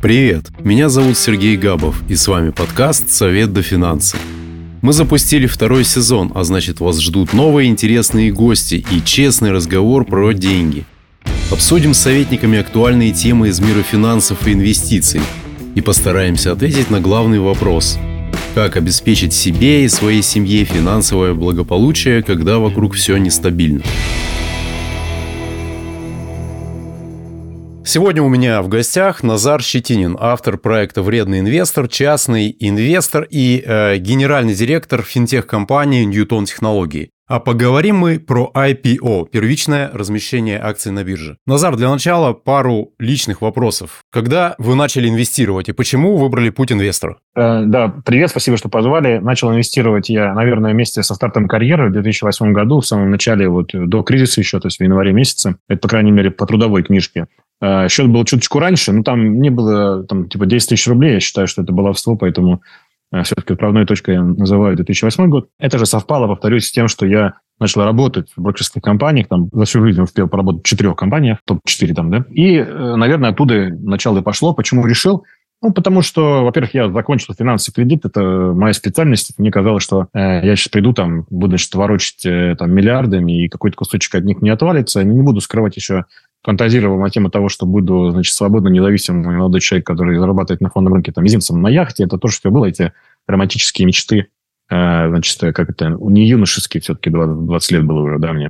Привет, меня зовут Сергей Габов, и с вами подкаст «Совет до финансы». Мы запустили второй сезон, а значит, вас ждут новые интересные гости и честный разговор про деньги. Обсудим с советниками актуальные темы из мира финансов и инвестиций и постараемся ответить на главный вопрос: как обеспечить себе и своей семье финансовое благополучие, когда вокруг все нестабильно. Сегодня у меня в гостях Назар Щетинин, автор проекта «Вредный инвестор», частный инвестор и генеральный директор финтех-компании Newton Технологии. А поговорим мы про IPO – первичное размещение акций на бирже. Назар, для начала пару личных вопросов. Когда вы начали инвестировать и почему выбрали путь инвестора? Да, привет, спасибо, что позвали. Начал инвестировать я, наверное, вместе со стартом карьеры в 2008 году, в самом начале, до кризиса еще, то есть в январе месяце. Это, по крайней мере, по трудовой книжке. Счет был чуточку раньше, но там не было 10 тысяч рублей. Я считаю, что это баловство, поэтому все-таки отправной точкой я называю 2008 год. Это же совпало, повторюсь, с тем, что я начал работать в брокерских компаниях. Там за всю жизнь успел поработать в 4 компаниях, топ-4 там, да. И, наверное, оттуда начало и пошло. Почему решил? Потому что, во-первых, я закончил финансовый кредит, это моя специальность. Мне казалось, что я сейчас приду, буду ворочать миллиардами, и какой-то кусочек от них не отвалится. Не буду скрывать еще, фантазировал на тему того, что буду, свободно независимый молодой человек, который зарабатывает на фондовом рынке мизинцем на яхте. Это то, что было, эти романтические мечты. Не юношеские, все-таки 20 лет было уже, да, мне.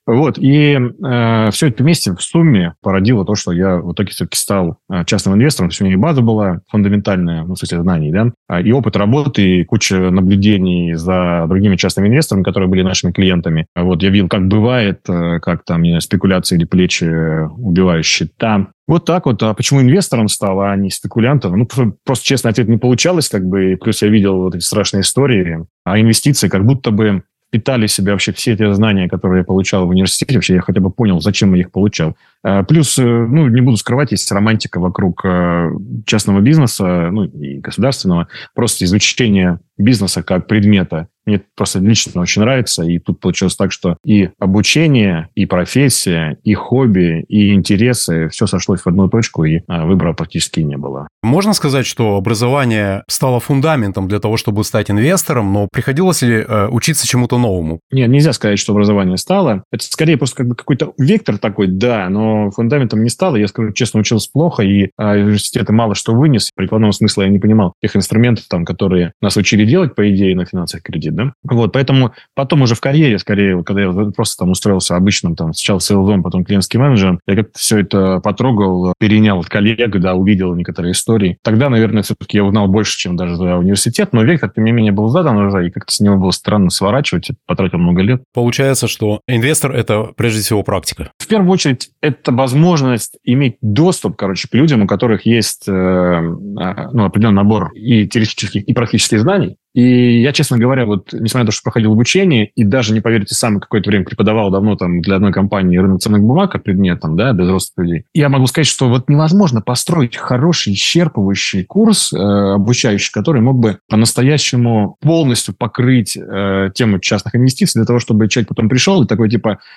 И все это вместе в сумме породило то, что я в итоге все-таки стал частным инвестором. То есть у меня и база была фундаментальная, в смысле знаний, да, и опыт работы, и куча наблюдений за другими частными инвесторами, которые были нашими клиентами. Я видел, как бывает, как спекуляции или плечи убивают счета. А почему инвестором стал, а не спекулянтом? Просто честно ответ не получалось, и плюс я видел эти страшные истории, а инвестиции как будто бы питали в себя вообще все те знания, которые я получал в университете. Вообще я хотя бы понял, зачем я их получал. Плюс, не буду скрывать, есть романтика вокруг частного бизнеса, и государственного. Просто изучение бизнеса как предмета мне просто лично очень нравится. И тут получилось так, что и обучение, и профессия, и хобби, и интересы, все сошлось в одну точку, и выбора практически не было. Можно сказать, что образование стало фундаментом для того, чтобы стать инвестором, но приходилось ли учиться чему-то новому? Нет, нельзя сказать, что образование стало. Это скорее просто какой-то вектор такой, да, но фундаментом не стало. Я, скажу честно, учился плохо, и университеты мало что вынес. Прикладного смысла я не понимал тех инструментов, которые нас учили делать, по идее, на финансовый кредит, да. Поэтому потом уже в карьере, скорее, когда я просто устроился обычным, сначала сейлзом, потом клиентским менеджером, я как-то все это потрогал, перенял от коллег, да, увидел некоторые истории. Тогда, наверное, все-таки я узнал больше, чем даже за университет, но вектор, тем не менее, был задан уже, и как-то с него было странно сворачивать, потратил много лет. Получается, что инвестор – это прежде всего практика. В первую очередь, это возможность иметь доступ, к людям, у которых есть определенный набор и теоретических, и практических знаний. И я, честно говоря, несмотря на то, что проходил обучение, и даже, не поверите, сам какое-то время преподавал давно для одной компании рынок ценных бумаг, как предмет, для взрослых людей, я могу сказать, что невозможно построить хороший, исчерпывающий курс, обучающий, который мог бы по-настоящему полностью покрыть тему частных инвестиций, для того, чтобы человек потом пришел и такой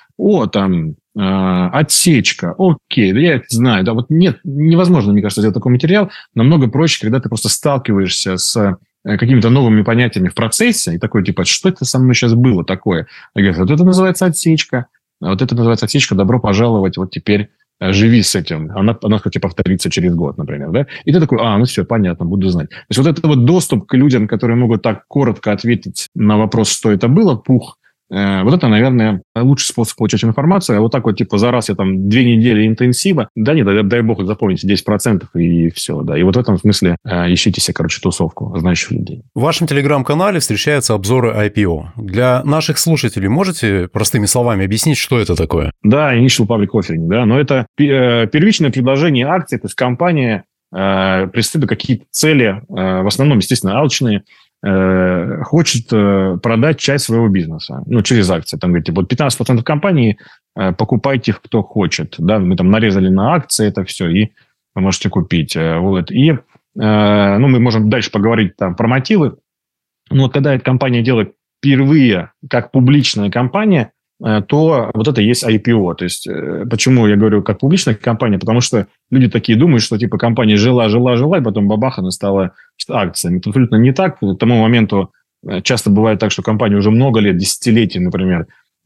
отсечка, окей, да я это знаю. Да, нет, невозможно, мне кажется, сделать такой материал. Намного проще, когда ты просто сталкиваешься с какими-то новыми понятиями в процессе, и такой, что это со мной сейчас было такое? Я говорю, это называется отсечка, это называется отсечка, добро пожаловать, теперь живи с этим. Она хоть и повторится через год, например, да? И ты такой, все, понятно, буду знать. То есть это доступ к людям, которые могут так коротко ответить на вопрос, что это было, это, наверное, лучший способ получать информацию. А за раз я 2 недели интенсива, да нет, дай бог запомните 10% и все, да. И в этом смысле ищите себе, тусовку знающих людей. В вашем телеграм-канале встречаются обзоры IPO. Для наших слушателей можете простыми словами объяснить, что это такое? Да, Initial Public Offering, да, но это первичное предложение акций, то есть компания преследует какие-то цели, в основном, естественно, алчные, хочет продать часть своего бизнеса, через акции. Там говорит, 15% компании покупайте, кто хочет. Да? Мы нарезали на акции это все, и вы можете купить. И мы можем дальше поговорить про мотивы. Но когда эта компания делает впервые, как публичная компания, то вот это и есть IPO. То есть, почему я говорю как публичная компания? Потому что люди такие думают, что типа компания жила, и потом бабах, она стала акциями. Это абсолютно не так. К тому моменту часто бывает так, что компания уже много лет, десятилетий, например, у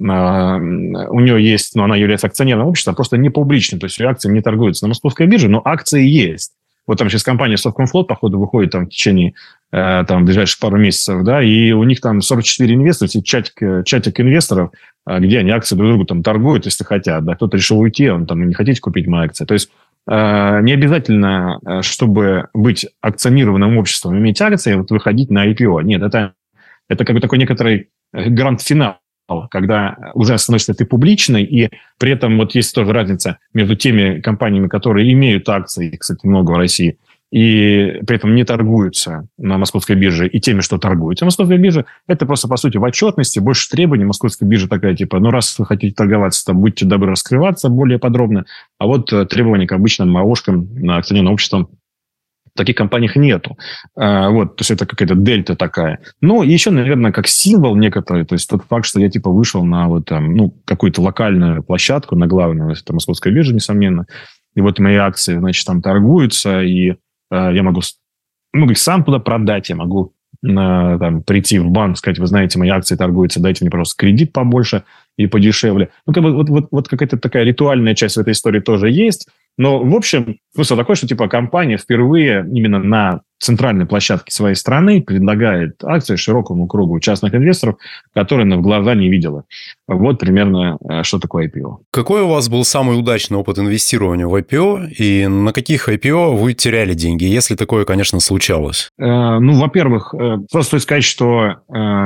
нее есть, но она является акционерным обществом, просто не публичным. То есть, ее акции не торгуются на московской бирже, но акции есть. Вот там сейчас компания Совкомфлот, походу, выходит там в течение ближайших пару месяцев, да, и у них там 44 инвестора, чатик инвесторов, где они акции друг другу там торгуют, если хотят, да, кто-то решил уйти, он там, не хотите купить мои акции. То есть, не обязательно, чтобы быть акционированным обществом, иметь акции, вот выходить на IPO. Нет, это как бы такой некоторый гранд-финал, когда уже становишься ты публичной, и при этом вот есть тоже разница между теми компаниями, которые имеют акции, кстати, много в России, и при этом не торгуются на московской бирже, и теми, что торгуются на московской бирже. Это просто, по сути, в отчетности больше требований. Московская биржа такая, типа, ну, раз вы хотите торговаться, то будьте добры раскрываться более подробно. А вот требования к обычным МАОшкам, акционерным обществам, в таких компаниях нету. Вот, то есть, это какая-то дельта такая. Ну, и еще, наверное, как символ некоторый, то есть, тот факт, что я, типа, вышел на вот там, ну, какую-то локальную площадку, на главную, это московская биржа, несомненно, и вот мои акции, значит, там торгуются, и я могу их сам туда продать, я могу там, прийти в банк, сказать, вы знаете, мои акции торгуются, дайте мне, пожалуйста, кредит побольше и подешевле. Ну, как бы вот какая-то такая ритуальная часть в этой истории тоже есть. Но, в общем, смысл такой, что типа компания впервые именно на центральной площадке своей страны предлагает акции широкому кругу частных инвесторов, которые она в глаза не видела. Вот примерно, что такое IPO. Какой у вас был самый удачный опыт инвестирования в IPO, и на каких IPO вы теряли деньги, если такое, конечно, случалось? Ну, во-первых, просто стоит сказать, что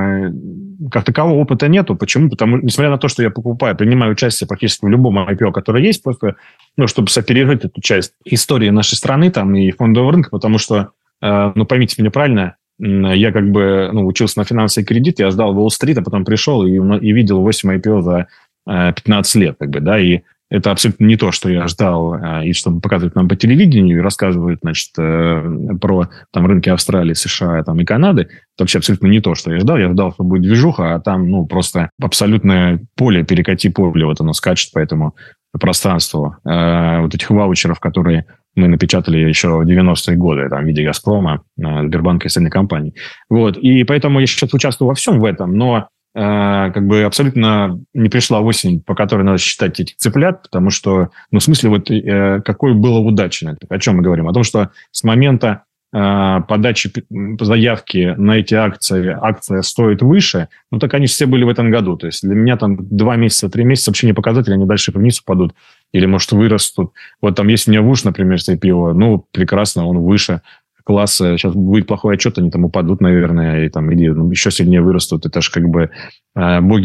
как такового опыта нету. Почему? Потому что, несмотря на то, что я принимаю участие практически в любом IPO, которое есть, просто, ну, чтобы сопережить эту часть истории нашей страны там и фондового рынка, потому что, ну, поймите меня правильно, я как бы учился на финансы и кредит, я сдал Уолл-стрит, а потом пришел и видел 8 IPO за 15 лет, как бы, да, и это абсолютно не то, что я ждал, и что показывают нам по телевидению, и рассказывают, значит, про там рынки Австралии, США там, и Канады. Это вообще абсолютно не то, что я ждал. Я ждал, что будет движуха, а там, ну, просто абсолютное поле, перекати поле, вот оно скачет по этому пространству. Вот этих ваучеров, которые мы напечатали еще в 90-е годы, там, в виде «Газпрома», Сбербанка и остальных компаний. Вот. И поэтому я сейчас участвую во всем в этом, но как бы абсолютно не пришла осень, по которой надо считать этих цыплят, потому что, ну, в смысле, вот какой было удачно. О чем мы говорим? О том, что с момента подачи заявки на эти акции, акция стоит выше, ну, так они все были в этом году. То есть для меня там 2 месяца, 3 месяца вообще не показатели, они дальше вниз упадут или, может, вырастут. Вот там есть у меня ВУШ, например, с IPO, ну, прекрасно, он выше класса. Сейчас будет плохой отчет, они там упадут, наверное, и там или еще сильнее вырастут. Это же как бы боги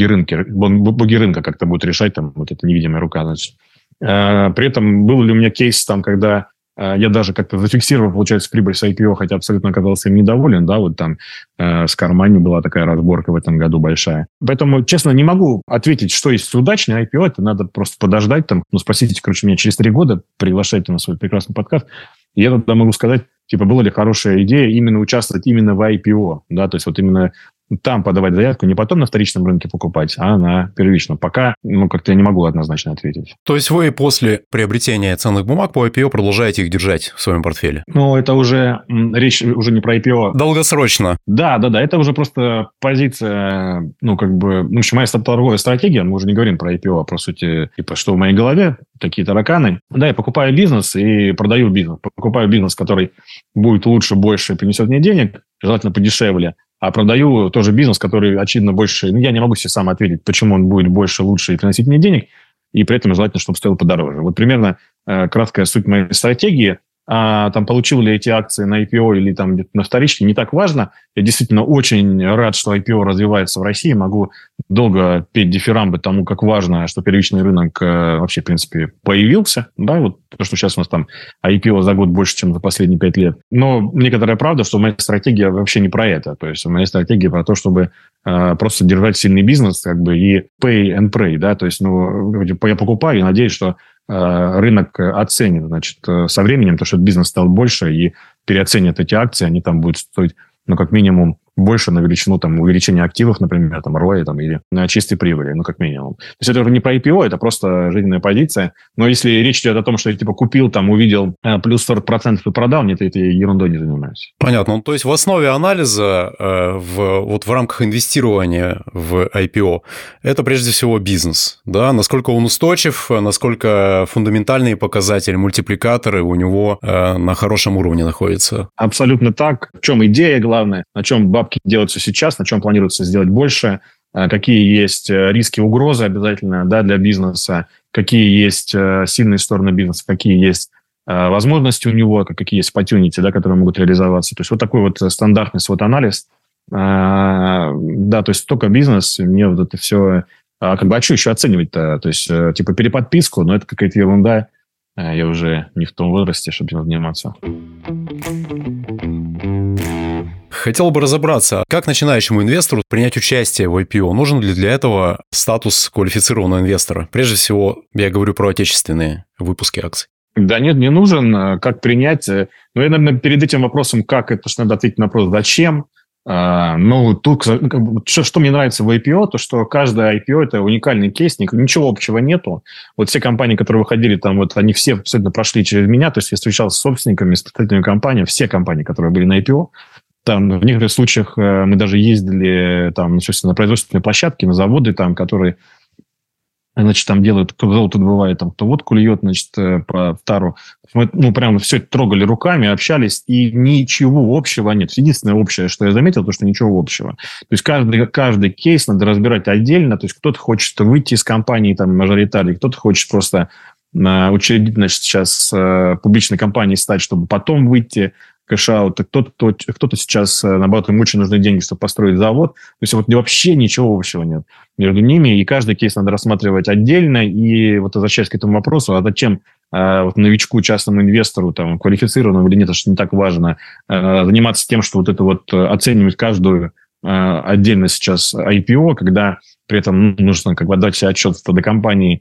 рынка как-то будут решать, там вот эта невидимая рука. Значит. При этом был ли у меня кейс, там, когда я даже как-то зафиксировал, получается, прибыль с IPO, хотя абсолютно оказался им недоволен, да, вот там с Кармани была такая разборка в этом году большая. Поэтому, честно, не могу ответить, что есть удачный IPO, это надо просто подождать, там, ну, спросите, короче, меня через 3 года, приглашайте на свой прекрасный подкаст, и я тогда могу сказать, типа, была ли хорошая идея именно участвовать именно в IPO, да, то есть вот именно там подавать заявку, не потом на вторичном рынке покупать, а на первичном. Пока, ну, как-то я не могу однозначно ответить. То есть вы после приобретения ценных бумаг по IPO продолжаете их держать в своем портфеле? Ну, это уже речь уже не про IPO. Долгосрочно. Да. Это уже просто позиция, ну, как бы, ну, в общем, моя торговая стратегия, мы уже не говорим про IPO, а, по сути, типа, что в моей голове, такие тараканы. Да, я покупаю бизнес и продаю бизнес. Покупаю бизнес, который будет лучше, больше, принесет мне денег, желательно подешевле. А продаю тоже бизнес, который, очевидно, больше... Ну, я не могу себе сам ответить, почему он будет больше, лучше и приносить мне денег, и при этом желательно, чтобы стоил подороже. Вот примерно краткая суть моей стратегии. Там, получил ли эти акции на IPO или там где-то на вторичке, не так важно. Я действительно очень рад, что IPO развивается в России. Могу долго петь дифирамбы тому, как важно, что первичный рынок вообще, в принципе, появился. Да, вот то, что сейчас у нас там IPO за год больше, чем за последние 5 лет. Но некоторая правда, что моя стратегия вообще не про это. То есть моя стратегия про то, чтобы просто держать сильный бизнес, как бы, и pay and pray, да, то есть, ну, я покупаю и надеюсь, что рынок оценит, значит, со временем, то, что бизнес стал больше и переоценят эти акции, они там будут стоить, ну, как минимум, больше на величину там, увеличения активов, например, там, ROI там, или на чистой прибыли, ну, как минимум. То есть это уже не про IPO, это просто жизненная позиция. Но если речь идет о том, что я типа купил, там, увидел плюс 40% и продал, нет, я этой ерундой не занимаюсь. Понятно. Ну, то есть в основе анализа в рамках инвестирования в IPO это прежде всего бизнес, да, насколько он устойчив, насколько фундаментальные показатели, мультипликаторы у него на хорошем уровне находятся. Абсолютно так. В чем идея главная, на чем бабки делаются сейчас, на чем планируется сделать больше, какие есть риски, угрозы обязательно, да, для бизнеса, какие есть сильные стороны бизнеса, какие есть возможности у него, какие есть opportunity, да, которые могут реализоваться. То есть вот такой вот стандартный свод-анализ. Да, то есть только бизнес, мне вот это все... как бы, а что еще оценивать-то? То есть типа переподписку, но это какая-то ерунда. Я уже не в том возрасте, чтобы этим заниматься. Хотел бы разобраться, как начинающему инвестору принять участие в IPO? Нужен ли для этого статус квалифицированного инвестора? Прежде всего, я говорю про отечественные выпуски акций. Да нет, не нужен. Как принять? Ну, я, наверное, перед этим вопросом, как, это что надо ответить на вопрос, зачем? Ну, тут, что мне нравится в IPO, то, что каждое IPO – это уникальный кейс, ничего общего нету. Вот все компании, которые выходили, там, вот, они все абсолютно прошли через меня, то есть я встречался с собственниками, с представителями компании, все компании, которые были на IPO, там, в некоторых случаях мы даже ездили там, на производственные площадки, на заводы, там, которые, значит, там делают, кто золото добывает, там, кто водку льет, значит, по тару. Мы, прям все это трогали руками, общались, и ничего общего нет. Единственное общее, что я заметил, то, что ничего общего. То есть каждый кейс надо разбирать отдельно. То есть кто-то хочет выйти из компании, там, мажоритарий, кто-то хочет просто учредить, значит, сейчас публичной компанией стать, чтобы потом выйти, кэш-аут, кто-то сейчас, наоборот, ему очень нужны деньги, чтобы построить завод. То есть вот вообще ничего общего нет между ними, и каждый кейс надо рассматривать отдельно. И вот возвращаясь к этому вопросу, а зачем вот новичку, частному инвестору, там, квалифицированному или нет, это же не так важно, заниматься тем, что вот это вот оценивать каждую отдельно сейчас IPO, когда при этом нужно как бы отдать себе отчет до компании.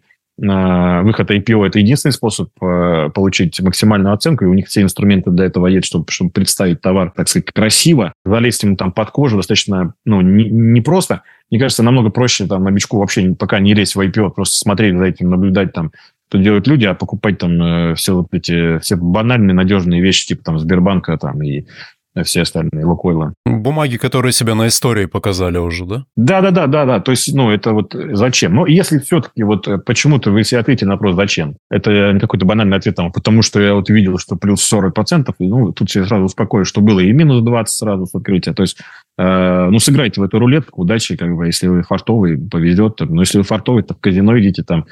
Выход IPO – это единственный способ получить максимальную оценку, и у них все инструменты для этого есть, чтобы представить товар, так сказать, красиво, залезть ему там под кожу достаточно, не просто. Мне кажется, намного проще там новичку вообще пока не лезть в IPO, просто смотреть за этим, наблюдать там, что делают люди, а покупать там все вот эти все банальные, надежные вещи, типа там Сбербанка там и все остальные, Лукойла. Бумаги, которые себя на истории показали уже, да? Да. То есть, это вот зачем? Но если все-таки вот почему-то вы себе ответите на вопрос «зачем?», это не какой-то банальный ответ, там, потому что я вот видел, что плюс 40%, и, тут я сразу успокоюсь, что было и минус 20 сразу с открытия. То есть, сыграйте в эту рулетку, удачи, как бы, если вы фартовый, повезет. Но если вы фартовый, то в казино идите там,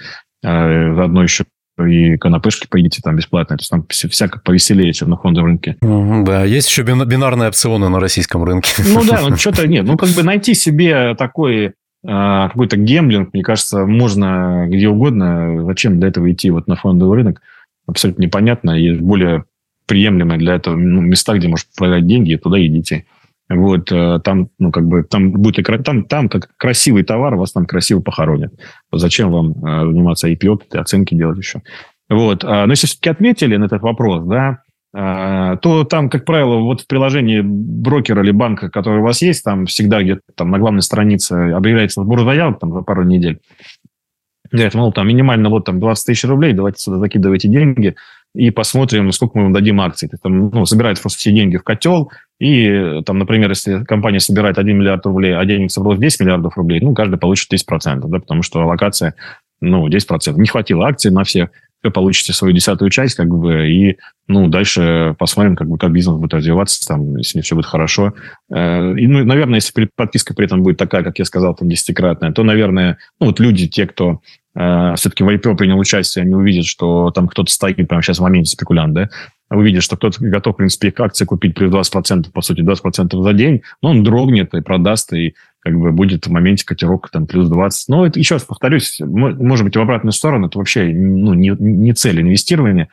заодно еще и канапешки поедите там бесплатно. То есть там всяко повеселее, чем на фондовом рынке. Да, есть еще бинарные опционы на российском рынке. Что-то нет. Как бы найти себе такой какой-то гемблинг, мне кажется, можно где угодно. Зачем для этого идти вот на фондовый рынок? Абсолютно непонятно. Есть более приемлемые для этого места, где можно вкладывать деньги, и туда идите. Вот, там, там будет там как красивый товар, вас там красиво похоронят. Вот зачем вам заниматься IPO, оценки делать еще? Вот, но если все-таки ответили на этот вопрос, да, то там, как правило, вот в приложении брокера или банка, который у вас есть, там всегда где-то там на главной странице объявляется сбор заявок там за пару недель. Говорят, мол, там минимально вот там 20 тысяч рублей, давайте сюда закидывайте деньги и посмотрим, сколько мы вам дадим акций. Там, собирают просто все деньги в котел, и там, например, если компания собирает 1 миллиард рублей, а денег собралось 10 миллиардов рублей, каждый получит 10%, да, потому что аллокация, 10%. Не хватило акций на все, вы получите свою 10-ю часть, как бы, и, дальше посмотрим, как бизнес будет развиваться, там, если все будет хорошо. И, наверное, если подписка при этом будет такая, как я сказал, там, 10-кратная, то, наверное, люди, те, кто все-таки в IPO принял участие, они увидят, что там кто-то стоит прямо сейчас в моменте, спекулянт, да, увидят, что кто-то готов, в принципе, их акции купить плюс 20%, по сути, 20% за день, он дрогнет и продаст, и как бы будет в моменте котировка там плюс 20. Но это, еще раз повторюсь, может быть, в обратную сторону, это вообще не цель инвестирования.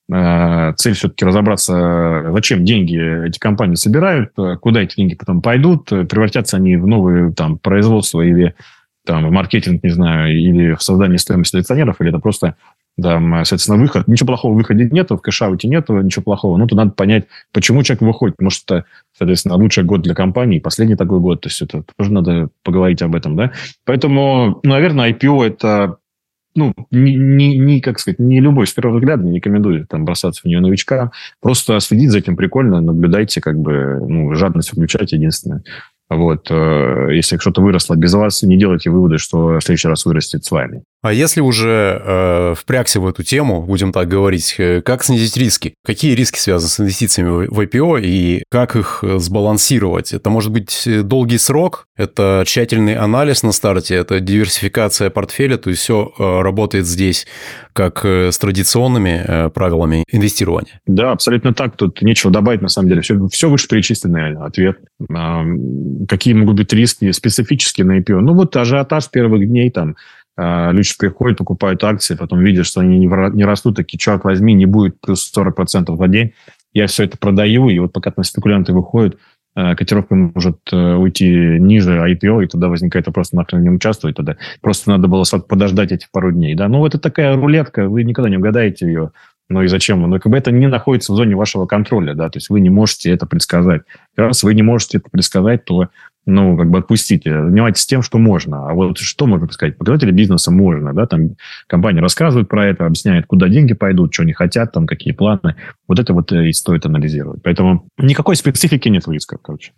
Цель все-таки разобраться, зачем деньги эти компании собирают, куда эти деньги потом пойдут, превратятся они в новые там производства или там в маркетинг, не знаю, или в создание стоимости акционеров, или это просто там, соответственно, выход. Ничего плохого в выходе нету, в кэш-ауте нету, ничего плохого. Ну, то надо понять, почему человек выходит. Потому что, соответственно, лучший год для компании, последний такой год. То есть, это тоже надо поговорить об этом, да. Поэтому, наверное, IPO – это, ну, как сказать, не любовь с первого взгляда, не рекомендую там бросаться в нее новичка. Просто следить за этим прикольно, наблюдайте, как бы, ну, жадность включайте, единственное. Вот, если что-то выросло без вас, не делайте выводы, что в следующий раз вырастет с вами. А если уже впрягся в эту тему, будем так говорить, как снизить риски? Какие риски связаны с инвестициями в IPO и как их сбалансировать? Это может быть долгий срок, это тщательный анализ на старте, это диверсификация портфеля, то есть все работает здесь как с традиционными правилами инвестирования. Да, абсолютно так. Тут нечего добавить, на самом деле. Все вышеперечисленный ответ. Какие могут быть риски специфические на IPO? Ну, вот ажиотаж первых дней там. Люди приходят, покупают акции, потом видят, что они не растут, такие, чувак, возьми, не будет плюс 40% за день. Я все это продаю, и вот пока там спекулянты выходят, котировка может уйти ниже IPO, и тогда возникает вопрос, нахрен не участвовать тогда. Просто надо было подождать эти пару дней. Да? Ну, это такая рулетка, вы никогда не угадаете ее. Ну и зачем? Ну, как бы это не находится в зоне вашего контроля, да, то есть вы не можете это предсказать. Раз вы не можете это предсказать, то, ну, как бы отпустите, занимайтесь тем, что можно. А вот что можно предсказать? Показатели бизнеса можно, да, там компания рассказывает про это, объясняет, куда деньги пойдут, что они хотят, там, какие планы. Вот это вот и стоит анализировать. Поэтому никакой специфики нет в рисках, короче.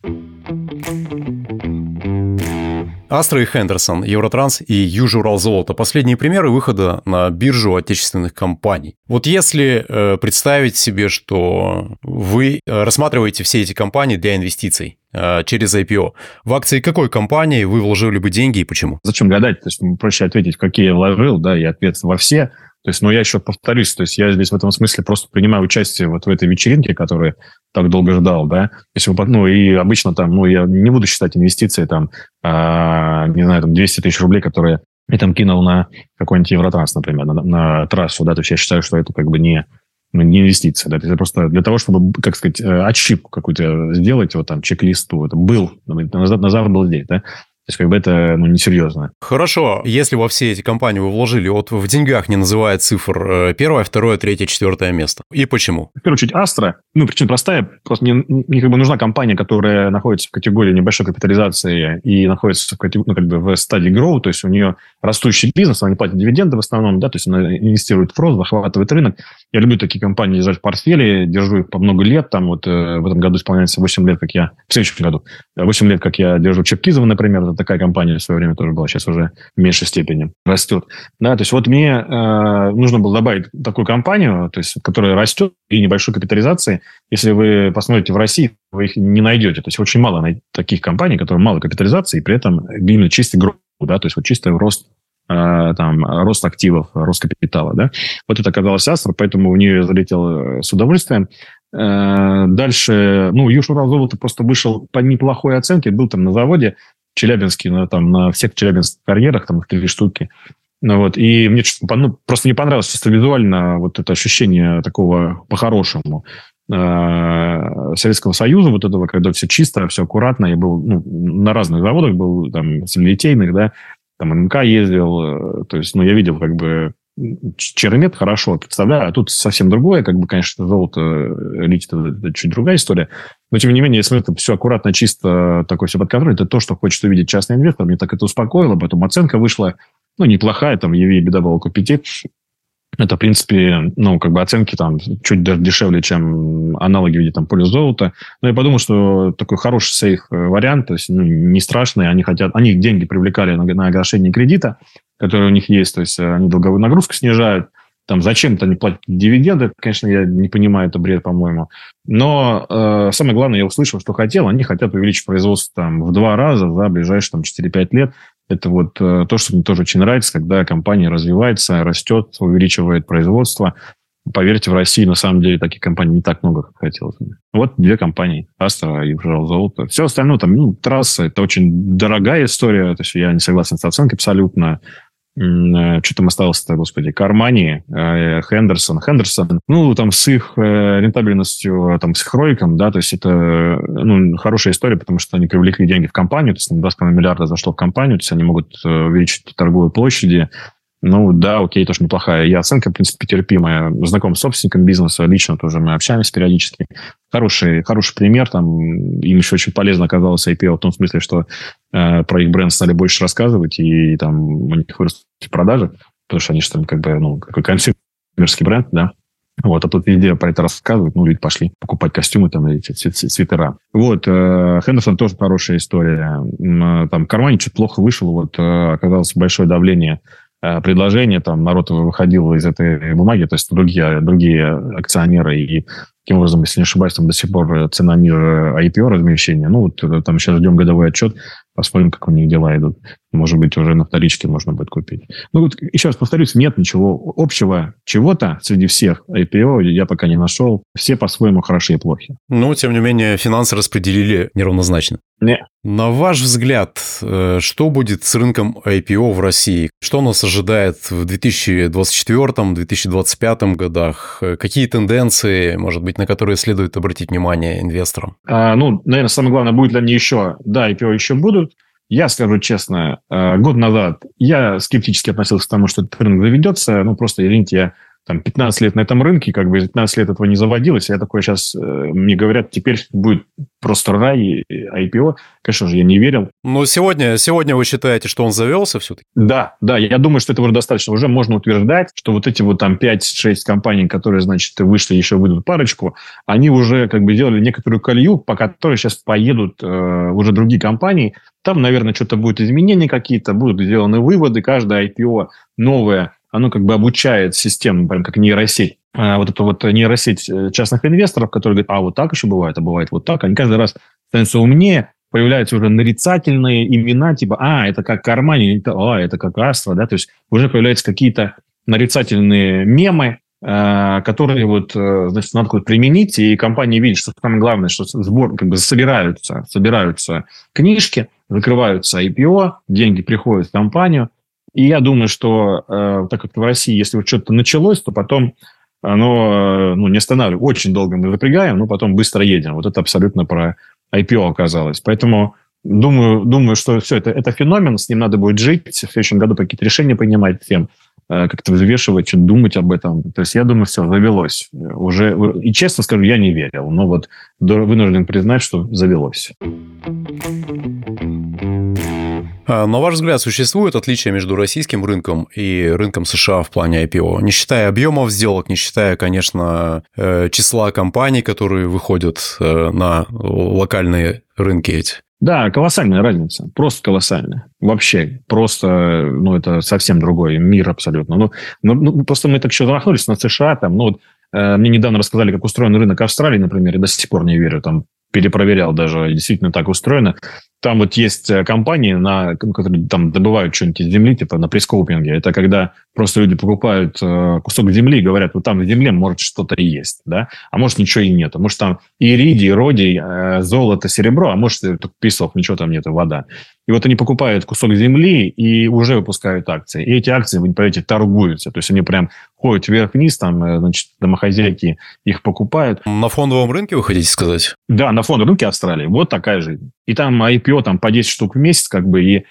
Астра и Хендерсон, Евротранс и Южуралзолото – последние примеры выхода на биржу отечественных компаний. Вот если представить себе, что вы рассматриваете все эти компании для инвестиций через IPO, в акции какой компании вы вложили бы деньги и почему? Зачем гадать? То есть проще ответить, в какие я вложил, да, и ответ во все. То есть, ну, я еще повторюсь, то есть я здесь в этом смысле просто принимаю участие вот в этой вечеринке, которую так долго ждал, да. Если вы, ну, и обычно там, ну, я не буду считать инвестиции там, не знаю, там 200 тысяч рублей, которые я там кинул на какой-нибудь Евротранс, например, на трассу, да, то есть я считаю, что это как бы не инвестиция, да, это просто для того, чтобы, как сказать, отщипку какую-то сделать, вот там, чек-листу, это был, назад был здесь, да. То есть, как бы это, ну, несерьезно. Хорошо. Если во все эти компании вы вложили, вот в деньгах не называют цифр 1, 2, 3, 4 место. И почему? В первую очередь, Астра, ну, причина простая. Просто мне как бы нужна компания, которая находится в категории небольшой капитализации и находится в, ну, как бы в стадии growth, то есть у нее растущий бизнес, она не платит дивиденды в основном, да, то есть она инвестирует в рост, захватывает рынок. Я люблю такие компании держать в портфеле, держу их по много лет, там вот в этом году исполняется 8 лет, как я, в следующем году, 8 лет, как я держу Черкизова, например, это такая компания в свое время тоже была, сейчас уже в меньшей степени растет. Да, то есть вот мне нужно было добавить такую компанию, то есть, которая растет и небольшой капитализации. Если вы посмотрите в России, вы их не найдете. То есть очень мало таких компаний, которые малой капитализации, и при этом именно чистый growth, да, то есть вот чистый рост, там, рост активов, рост капитала, да. Вот это оказалось Астра, поэтому в нее залетел с удовольствием. Дальше, ну, Южуралзолото просто вышел по неплохой оценке, был там на заводе Челябинский, на всех челябинских карьерах, там их 3 штуки. Ну, вот, и мне просто не понравилось чисто визуально вот это ощущение такого по-хорошему Советского Союза, вот этого, когда все чисто, все аккуратно. Я был, ну, на разных заводах, был там сталелитейных, да, там НМК ездил, то есть, ну, я видел как бы черемет хорошо, представляю, а тут совсем другое, как бы, конечно, золото, литий, это чуть другая история, но, тем не менее, если это все аккуратно, чисто, такое все под контролем, это то, что хочет увидеть частный инвестор, мне так это успокоило, потом оценка вышла, ну, неплохая, там, EV, беда была около 5, это, в принципе, ну, как бы оценки там чуть даже дешевле, чем аналоги в виде там полюс золота. Но я подумал, что такой хороший сейф вариант, то есть, ну, не страшный, они деньги привлекали на оглашение кредита, которые у них есть, то есть они долговую нагрузку снижают, там зачем-то они платят дивиденды, конечно, я не понимаю, это бред, по-моему. Но самое главное, я услышал, что хотел, они хотят увеличить производство там в 2 раза за ближайшие там 4-5 лет. Это вот то, что мне тоже очень нравится, когда компания развивается, растет, увеличивает производство. Поверьте, в России на самом деле таких компаний не так много, как хотелось. Вот 2 компании, Астра и Южуралзолото. Все остальное, там, ну, трасса, это очень дорогая история, то есть я не согласен с оценкой абсолютно. Что там осталось-то, господи, Кармани, Хендерсон, ну, там, с их рентабельностью, там, с их ройком, да, то есть это, ну, хорошая история, потому что они привлекли деньги в компанию, то есть 2,5 миллиарда зашло в компанию, то есть они могут увеличить торговые площади, Ну, да, окей, тоже неплохая. И оценка, в принципе, терпимая. Знаком с собственником бизнеса, лично тоже мы общаемся периодически. Хороший пример. Там, им еще очень полезно оказалось IPO в том смысле, что про их бренд стали больше рассказывать, и там у них выросли продажи, потому что они же там как бы, ну, какой консюмерский бренд, да. Вот, а тут везде про это рассказывают, ну, люди пошли покупать костюмы, там, эти свитера. Вот, Хендерсон тоже хорошая история. Там, в кармане что-то плохо вышло, вот, оказалось большое давление предложения, там, народ выходил из этой бумаги, то есть другие акционеры, и таким образом, если не ошибаюсь, там до сих пор цена ниже IPO размещения. Ну, вот там сейчас ждем годовой отчет, посмотрим, как у них дела идут. Может быть, уже на вторичке можно будет купить. Ну, вот еще раз повторюсь, нет ничего общего чего-то среди всех IPO, я пока не нашел. Все по-своему хороши и плохи. Но, тем не менее, финансы распределили неравнозначно. Не. На ваш взгляд, что будет с рынком IPO в России? Что нас ожидает в 2024-2025 годах? Какие тенденции, может быть, на которые следует обратить внимание инвесторам? Ну, наверное, самое главное, будет ли они еще... Да, IPO еще будут. Я скажу честно, год назад я скептически относился к тому, что этот рынок заведется. Ну, просто, извините, я там 15 лет на этом рынке, как бы 15 лет этого не заводилось. Я такой сейчас, мне говорят, теперь будет просто рай IPO. Конечно же, я не верил. Но сегодня вы считаете, что он завелся все-таки? Да, я думаю, что это уже достаточно. Уже можно утверждать, что вот эти вот там 5-6 компаний, которые, значит, вышли, еще выйдут парочку, они уже как бы сделали некоторую колею, по которой сейчас поедут уже другие компании. Там, наверное, что-то будет изменения какие-то, будут сделаны выводы. Каждое IPO новое, оно как бы обучает систему, прям как нейросеть. Вот эту вот нейросеть частных инвесторов, которые говорят, вот так еще бывает, а бывает вот так. Они каждый раз становятся умнее, появляются уже нарицательные имена, типа, это как Армани, это как Астра, да, то есть уже появляются какие-то нарицательные мемы, которые вот, значит, надо куда-то применить, и компания видит, что самое главное, что как бы собираются книжки, закрываются IPO, деньги приходят в компанию, и я думаю, что так как в России, если вот что-то началось, то потом оно не останавливается. Очень долго мы запрягаем, но потом быстро едем. Вот это абсолютно про IPO оказалось. Поэтому думаю, что все это феномен, с ним надо будет жить, в следующем году какие-то решения принимать всем, как-то взвешивать, что-то думать об этом. То есть я думаю, все, завелось. Уже, и честно скажу, я не верил, но вот вынужден признать, что завелось. На ваш взгляд, существует отличие между российским рынком и рынком США в плане IPO? Не считая объемов сделок, не считая, конечно, числа компаний, которые выходят на локальные рынки эти. Да, колоссальная разница. Просто колоссальная. Вообще. Просто, это совсем другой мир абсолютно. Просто мы так еще замахнулись на США. Там, мне недавно рассказали, как устроен рынок Австралии, например, я до сих пор не верю. Там перепроверял даже, действительно так устроено. Там вот есть компании, которые там добывают что-нибудь из земли, типа на прескоупинге. Это когда просто люди покупают кусок земли и говорят, вот там в земле может что-то и есть, да? А может ничего и нет. Может там иридий, родий, золото, серебро, а может только песок, ничего там нет, вода. И вот они покупают кусок земли и уже выпускают акции. И эти акции, вы не поверите, торгуются. То есть они прям ходят вверх-вниз, там, значит, домохозяйки их покупают. На фондовом рынке вы хотите сказать? Да, на фондовом рынке Австралии. Вот такая жизнь. И там IPO там, по 10 штук в месяц, как бы, и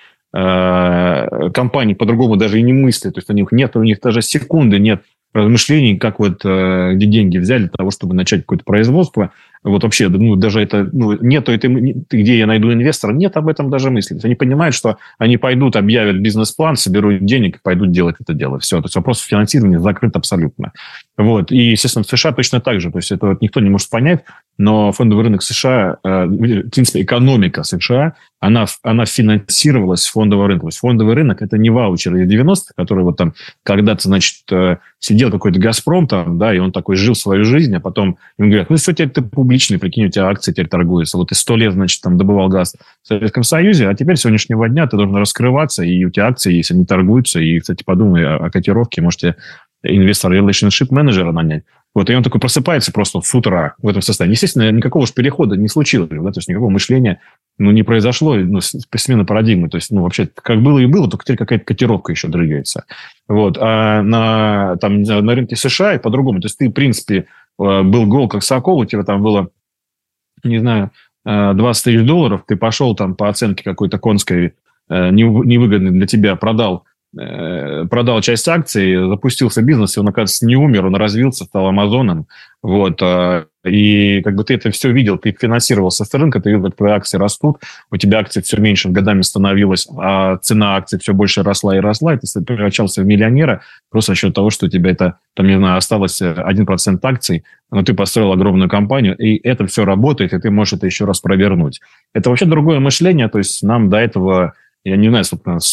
компании по-другому даже и не мыслят. То есть у них даже секунды нет размышлений, как вот где деньги взяли для того, чтобы начать какое-то производство. Вот вообще, даже это, нету это, где я найду инвестора, нет об этом даже мысли. Они понимают, что они пойдут, объявят бизнес-план, соберут денег и пойдут делать это дело. Все. То есть вопрос финансирования закрыт абсолютно. Вот. И, естественно, в США точно так же. То есть это вот никто не может понять, но фондовый рынок США, в принципе, экономика США, она финансировалась с фондового рынка. То есть фондовый рынок – это не ваучеры из 90-х, который вот там когда-то, значит, сидел какой-то «Газпром» там, да, и он такой жил свою жизнь, а потом им говорят, все, теперь ты публичный, прикинь, у тебя акции теперь торгуются. Вот ты 100 лет, значит, там добывал газ в Советском Союзе, а теперь с сегодняшнего дня ты должен раскрываться, и у тебя акции, если они торгуются, и, кстати, подумай о котировке, можете инвестор relationship менеджера нанять. Вот, и он такой просыпается просто с утра в этом состоянии. Естественно, никакого же перехода не случилось, да, то есть никакого мышления не произошло, смена парадигмы. То есть, вообще, как было и было, только теперь какая-то котировка еще дрыгается. Вот. А на рынке США и по-другому. То есть, ты, в принципе, был гол как сокол, у тебя там было, не знаю, $20 тысяч, ты пошел там по оценке какой-то конской, невыгодной для тебя, продал продал часть акций, запустился бизнес, и он, оказывается, не умер, он развился, стал Амазоном. Вот. И как бы ты это все видел, ты финансировался с рынка, ты видел, как твои акции растут, у тебя акций все меньше годами становилось, а цена акций все больше росла и росла, и ты превращался в миллионера просто за счет того, что у тебя это, там, не знаю, осталось 1% акций, но ты построил огромную компанию, и это все работает, и ты можешь это еще раз провернуть. Это вообще другое мышление, то есть нам до этого, я не знаю,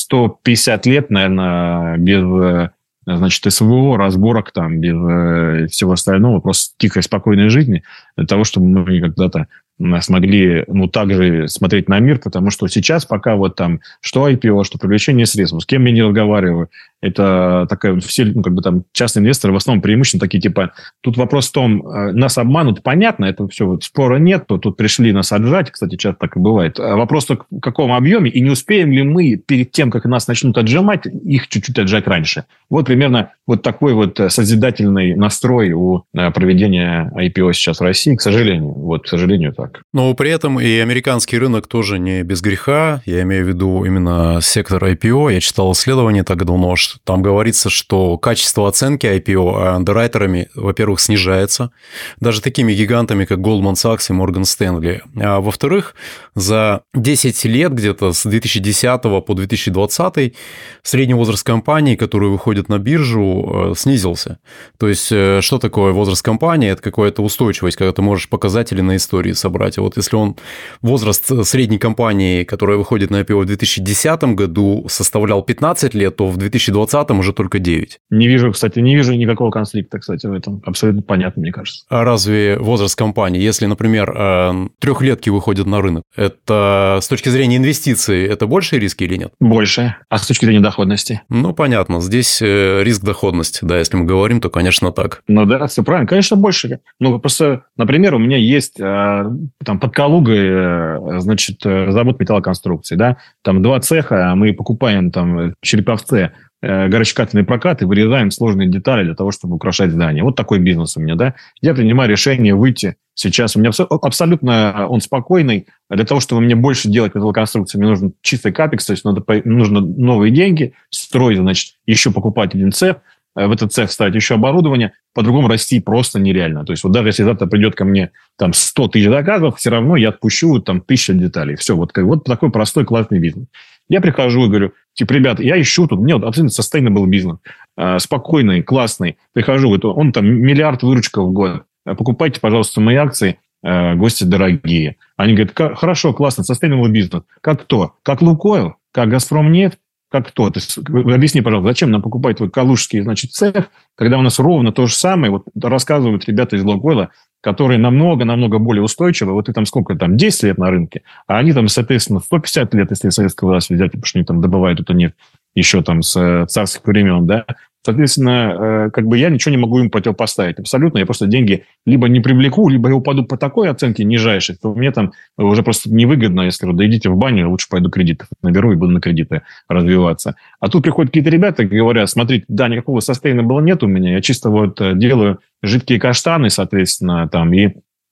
150 лет, наверное, без, значит, СВО, разборок там, без всего остального, просто тихой, спокойной жизни, для того, чтобы мы когда-то смогли, так же смотреть на мир, потому что сейчас пока вот там, что IPO, что привлечение средств, с кем я не разговариваю, это такая, все, там, частные инвесторы в основном преимущественно такие, типа, тут вопрос в том, нас обманут, понятно, это все, спора нет, тут пришли нас отжать, кстати, часто так и бывает. Вопрос только в каком объеме, и не успеем ли мы перед тем, как нас начнут отжимать, их чуть-чуть отжать раньше. Вот примерно вот такой вот созидательный настрой у проведения IPO сейчас в России, к сожалению, так. Но при этом и американский рынок тоже не без греха. Я имею в виду именно сектор IPO. Я читал исследование так давно, что там говорится, что качество оценки IPO андеррайтерами, во-первых, снижается. Даже такими гигантами, как Goldman Sachs и Morgan Stanley. А во-вторых, за 10 лет, где-то с 2010 по 2020, средний возраст компаний, которые выходят на биржу, снизился. То есть, что такое возраст компании? Это какая-то устойчивость, когда ты можешь показатели на истории собрать. А вот если возраст средней компании, которая выходит на IPO в 2010 году, составлял 15 лет, то в 2020 уже только 9. Не вижу никакого конфликта, кстати, в этом. Абсолютно понятно, мне кажется. А разве возраст компании, если, например, трехлетки выходят на рынок, это с точки зрения инвестиций, это большие риски или нет? Больше. А с точки зрения доходности? Понятно. Здесь риск доходности. Да, если мы говорим, то, конечно, так. Да, все правильно. Конечно, больше. Просто, например, у меня есть там под Калугой, значит, завод металлоконструкций, да, там 2 цеха, мы покупаем там в Череповце горючекательный прокат и вырезаем сложные детали для того, чтобы украшать здание. Вот такой бизнес у меня, да. Я принимаю решение выйти сейчас. У меня абсолютно он спокойный. Для того, чтобы мне больше делать металлоконструкции, мне нужен чистый капекс, то есть нужно новые деньги, строить, значит, еще покупать один цех, в этот цех ставить еще оборудование, по-другому расти просто нереально. То есть, вот даже если завтра придет ко мне там 100 тысяч заказов, все равно я отпущу там 1000 деталей. Все, вот такой простой, классный бизнес. Я прихожу и говорю, типа, ребят, я ищу тут, мне вот абсолютно sustainable бизнес, спокойный, классный. Прихожу, он там миллиард выручка в год. Покупайте, пожалуйста, мои акции, гости дорогие. Они говорят, хорошо, классно, sustainable бизнес. Как кто? Как Лукойл? Как Газпромнефть? Как кто? Объясни, пожалуйста, зачем нам покупать твой калужский, значит, цех, когда у нас ровно то же самое, вот рассказывают ребята из Лукойла, которые намного более устойчивы. Вот ты там сколько там, 10 лет на рынке, а они там, соответственно, 150 лет, если советского власть взять, потому что они там добывают эту нефть еще там с царских времен, да. Соответственно, как бы я ничего не могу им противопоставить. Абсолютно. Я просто деньги либо не привлеку, либо я упаду по такой оценке нижайшей, то мне там уже просто невыгодно. Я скажу, да идите в баню, лучше пойду кредитов наберу и буду на кредиты развиваться. А тут приходят какие-то ребята и говорят, смотрите, да, никакого sustainable нет у меня, я чисто вот делаю жидкие каштаны, соответственно, там, и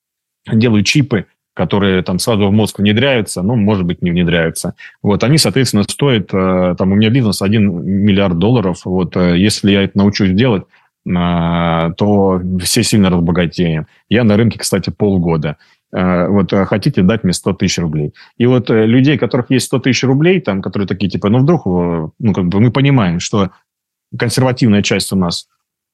делаю чипы, которые там сразу в мозг внедряются, может быть, не внедряются. Вот, они, соответственно, стоят, там, у меня бизнес $1 миллиард. Вот, если я это научусь делать, то все сильно разбогатеем. Я на рынке, кстати, полгода. Вот, хотите дать мне 100 тысяч рублей. И вот людей, у которых есть 100 тысяч рублей, там, которые такие, типа, вдруг, как бы мы понимаем, что консервативная часть у нас,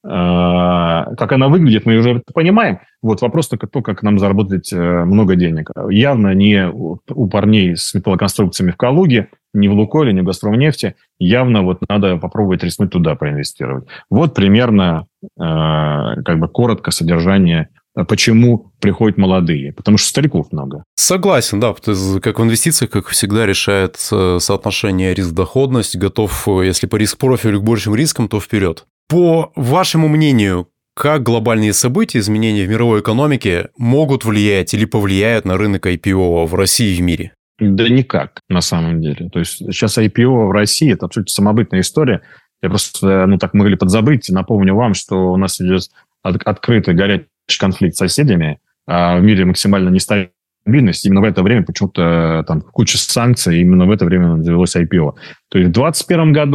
как она выглядит, мы уже это понимаем. Вот вопрос только то, как нам заработать много денег. Явно не у парней с металлоконструкциями в Калуге, ни в Лукойле, ни в Газпромнефти. Явно вот надо попробовать рискнуть туда проинвестировать. Вот примерно как бы коротко содержание, почему приходят молодые. Потому что стариков много. Согласен, да. Как в инвестициях, как всегда, решает соотношение риск-доходность. Готов, если по риск-профилю к большим рискам, то вперед. По вашему мнению, как глобальные события, изменения в мировой экономике могут влиять или повлияют на рынок IPO в России и в мире? Да никак, на самом деле. То есть сейчас IPO в России – это абсолютно самобытная история. Я просто, так могли подзабыть. Напомню вам, что у нас идет открытый горячий конфликт с соседями, а в мире максимально нестабильность. Именно в это время почему-то там куча санкций, именно в это время завелось IPO. То есть в 2021 году,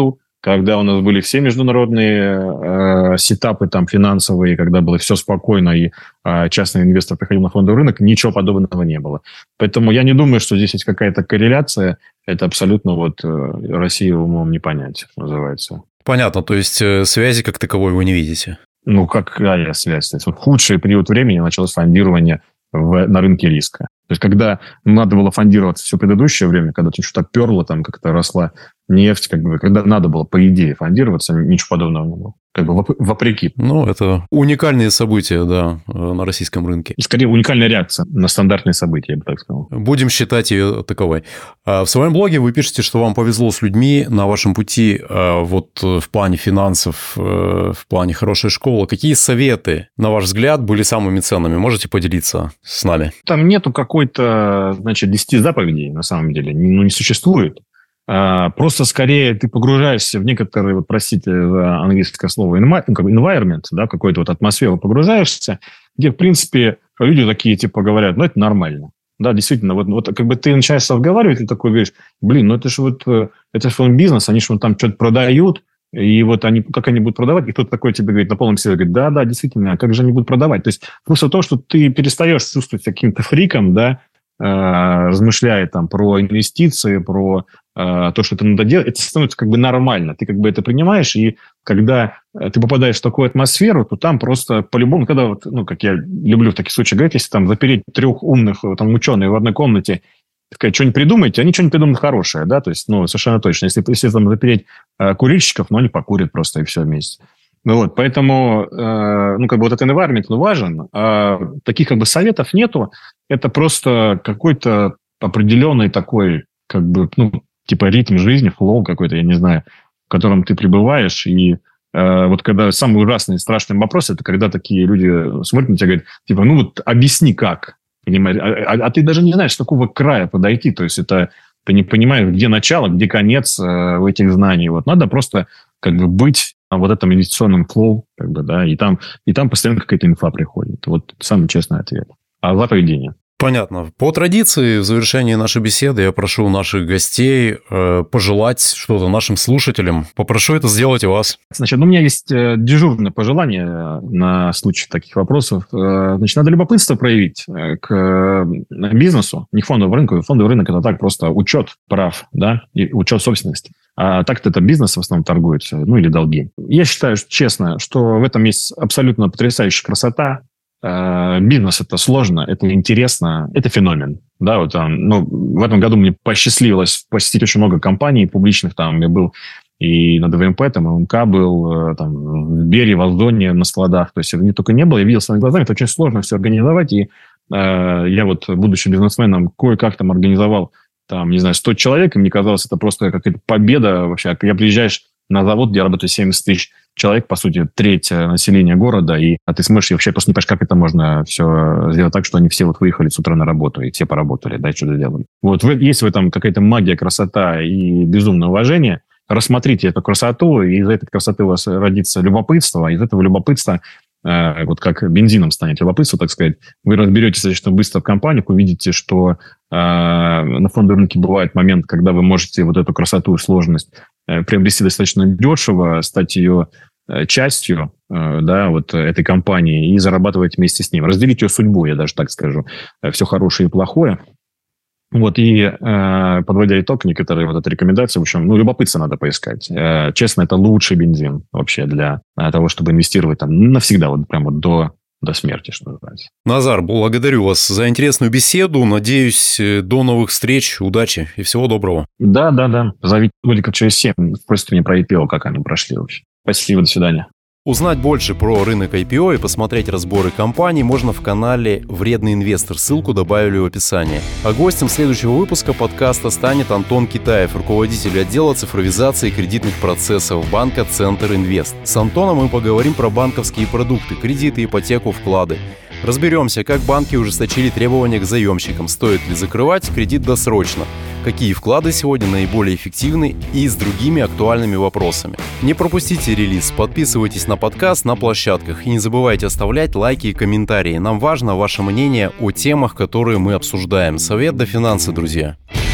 когда у нас были все международные сетапы там финансовые, когда было все спокойно, и частный инвестор приходил на фондовый рынок, ничего подобного не было. Поэтому я не думаю, что здесь есть какая-то корреляция. Это абсолютно вот Россию умом не понять, что называется. Понятно, то есть связи как таковой вы не видите? Ну, какая связь? То есть, вот худший период времени началось фондирование на рынке риска. То есть, когда надо было фондироваться все предыдущее время, когда что-то перло, там как-то росла нефть, как бы, когда надо было, по идее, фондироваться, ничего подобного не было. Как бы вопреки. Ну, это уникальные события, да, на российском рынке. И скорее уникальная реакция на стандартные события, я бы так сказал. Будем считать ее таковой. В своем блоге вы пишете, что вам повезло с людьми на вашем пути вот в плане финансов, в плане хорошей школы. Какие советы, на ваш взгляд, были самыми ценными? Можете поделиться с нами? Там нету какой-то, 10 заповедей, на самом деле. Не существует. Просто скорее ты погружаешься в некоторые, вот простите за английское слово, environment, да, какую-то вот атмосферу погружаешься, где, в принципе, люди такие, типа, говорят, это нормально. Да, действительно, вот как бы ты начинаешь разговаривать, и такой говоришь, это же бизнес, они же там что-то продают, и вот как они будут продавать, и кто-то такой тебе говорит на полном серьезе, говорит, да, действительно, а как же они будут продавать? То есть просто то, что ты перестаешь чувствовать себя каким-то фриком, да, размышляя там про инвестиции, про то, что это надо делать, это становится как бы нормально. Ты как бы это принимаешь, и когда ты попадаешь в такую атмосферу, то там просто по-любому, когда вот, как я люблю в таких случаях говорить, если там запереть 3 умных там ученых в одной комнате, сказать, что-нибудь придумайте, они что-нибудь придумают хорошее, да, то есть, совершенно точно. Если там запереть курильщиков, они покурят просто, и все вместе. Поэтому, вот этот environment, важен, а таких как бы советов нету, это просто какой-то определенный такой, как бы, типа ритм жизни, флоу какой-то, я не знаю, в котором ты пребываешь, и вот когда самый ужасный, страшный вопрос, это когда такие люди смотрят на тебя и говорят, типа, объясни как, понимаешь, а ты даже не знаешь, с какого края подойти, то есть это ты не понимаешь, где начало, где конец у этих знаний, надо просто как бы быть в этом инвестиционном флоу, как бы, да, и там постоянно какая-то инфа приходит. Вот самый честный ответ. А заповедение? Понятно. По традиции, в завершении нашей беседы я прошу наших гостей пожелать что-то нашим слушателям. Попрошу это сделать у вас. Значит, у меня есть дежурное пожелание на случай таких вопросов. Значит, надо любопытство проявить к бизнесу, не к фондовому рынку. Фондовый рынок – это так просто учет прав, да, и учет собственности. А так-то это бизнес в основном торгуется, или долги. Я считаю, честно, что в этом есть абсолютно потрясающая красота. Бизнес – это сложно, это интересно, это феномен. Да, в этом году мне посчастливилось посетить очень много компаний публичных. Там я был и на ДВМП, там ММК был, там в Бере, в Озоне, на складах. То есть это не только не было, я видел своими глазами, это очень сложно все организовать. И я будучи бизнесменом, кое-как там организовал, 100 человек, и мне казалось, это просто какая-то победа вообще. Я приезжаешь на завод, где работает 70 тысяч человек, по сути, треть населения города, и ты смотришь, и вообще просто не понимаешь, как это можно все сделать так, что они все выехали с утра на работу, и все поработали, да, и что-то делали. Есть в этом какая-то магия, красота и безумное уважение. Рассмотрите эту красоту, и из этой красоты у вас родится любопытство, а из этого любопытства, как бензином станет любопытство, так сказать, вы разберетесь достаточно быстро в компаниях, увидите, что на фондовом рынке бывает момент, когда вы можете вот эту красоту и сложность приобрести достаточно дешево, стать ее частью, да, этой компании и зарабатывать вместе с ним. Разделить ее судьбу, я даже так скажу. Все хорошее и плохое. И подводя итог, некоторые эти рекомендации, в общем, любопытство надо поискать. Честно, это лучший бензин вообще для того, чтобы инвестировать там навсегда, прямо до смерти, что называется. Назар, благодарю вас за интересную беседу. Надеюсь, до новых встреч, удачи и всего доброго. Да. Зовите годиков через 7. Спросите меня про IPO, как они прошли вообще. Спасибо, до свидания. Узнать больше про рынок IPO и посмотреть разборы компаний можно в канале «Вредный инвестор». Ссылку добавили в описании. А гостем следующего выпуска подкаста станет Антон Китаев, руководитель отдела цифровизации кредитных процессов банка «Центр Инвест». С Антоном мы поговорим про банковские продукты, кредиты, ипотеку, вклады. Разберемся, как банки ужесточили требования к заемщикам, стоит ли закрывать кредит досрочно, какие вклады сегодня наиболее эффективны и с другими актуальными вопросами. Не пропустите релиз, подписывайтесь на подкаст на площадках и не забывайте оставлять лайки и комментарии. Нам важно ваше мнение о темах, которые мы обсуждаем. Совет до финансы, друзья.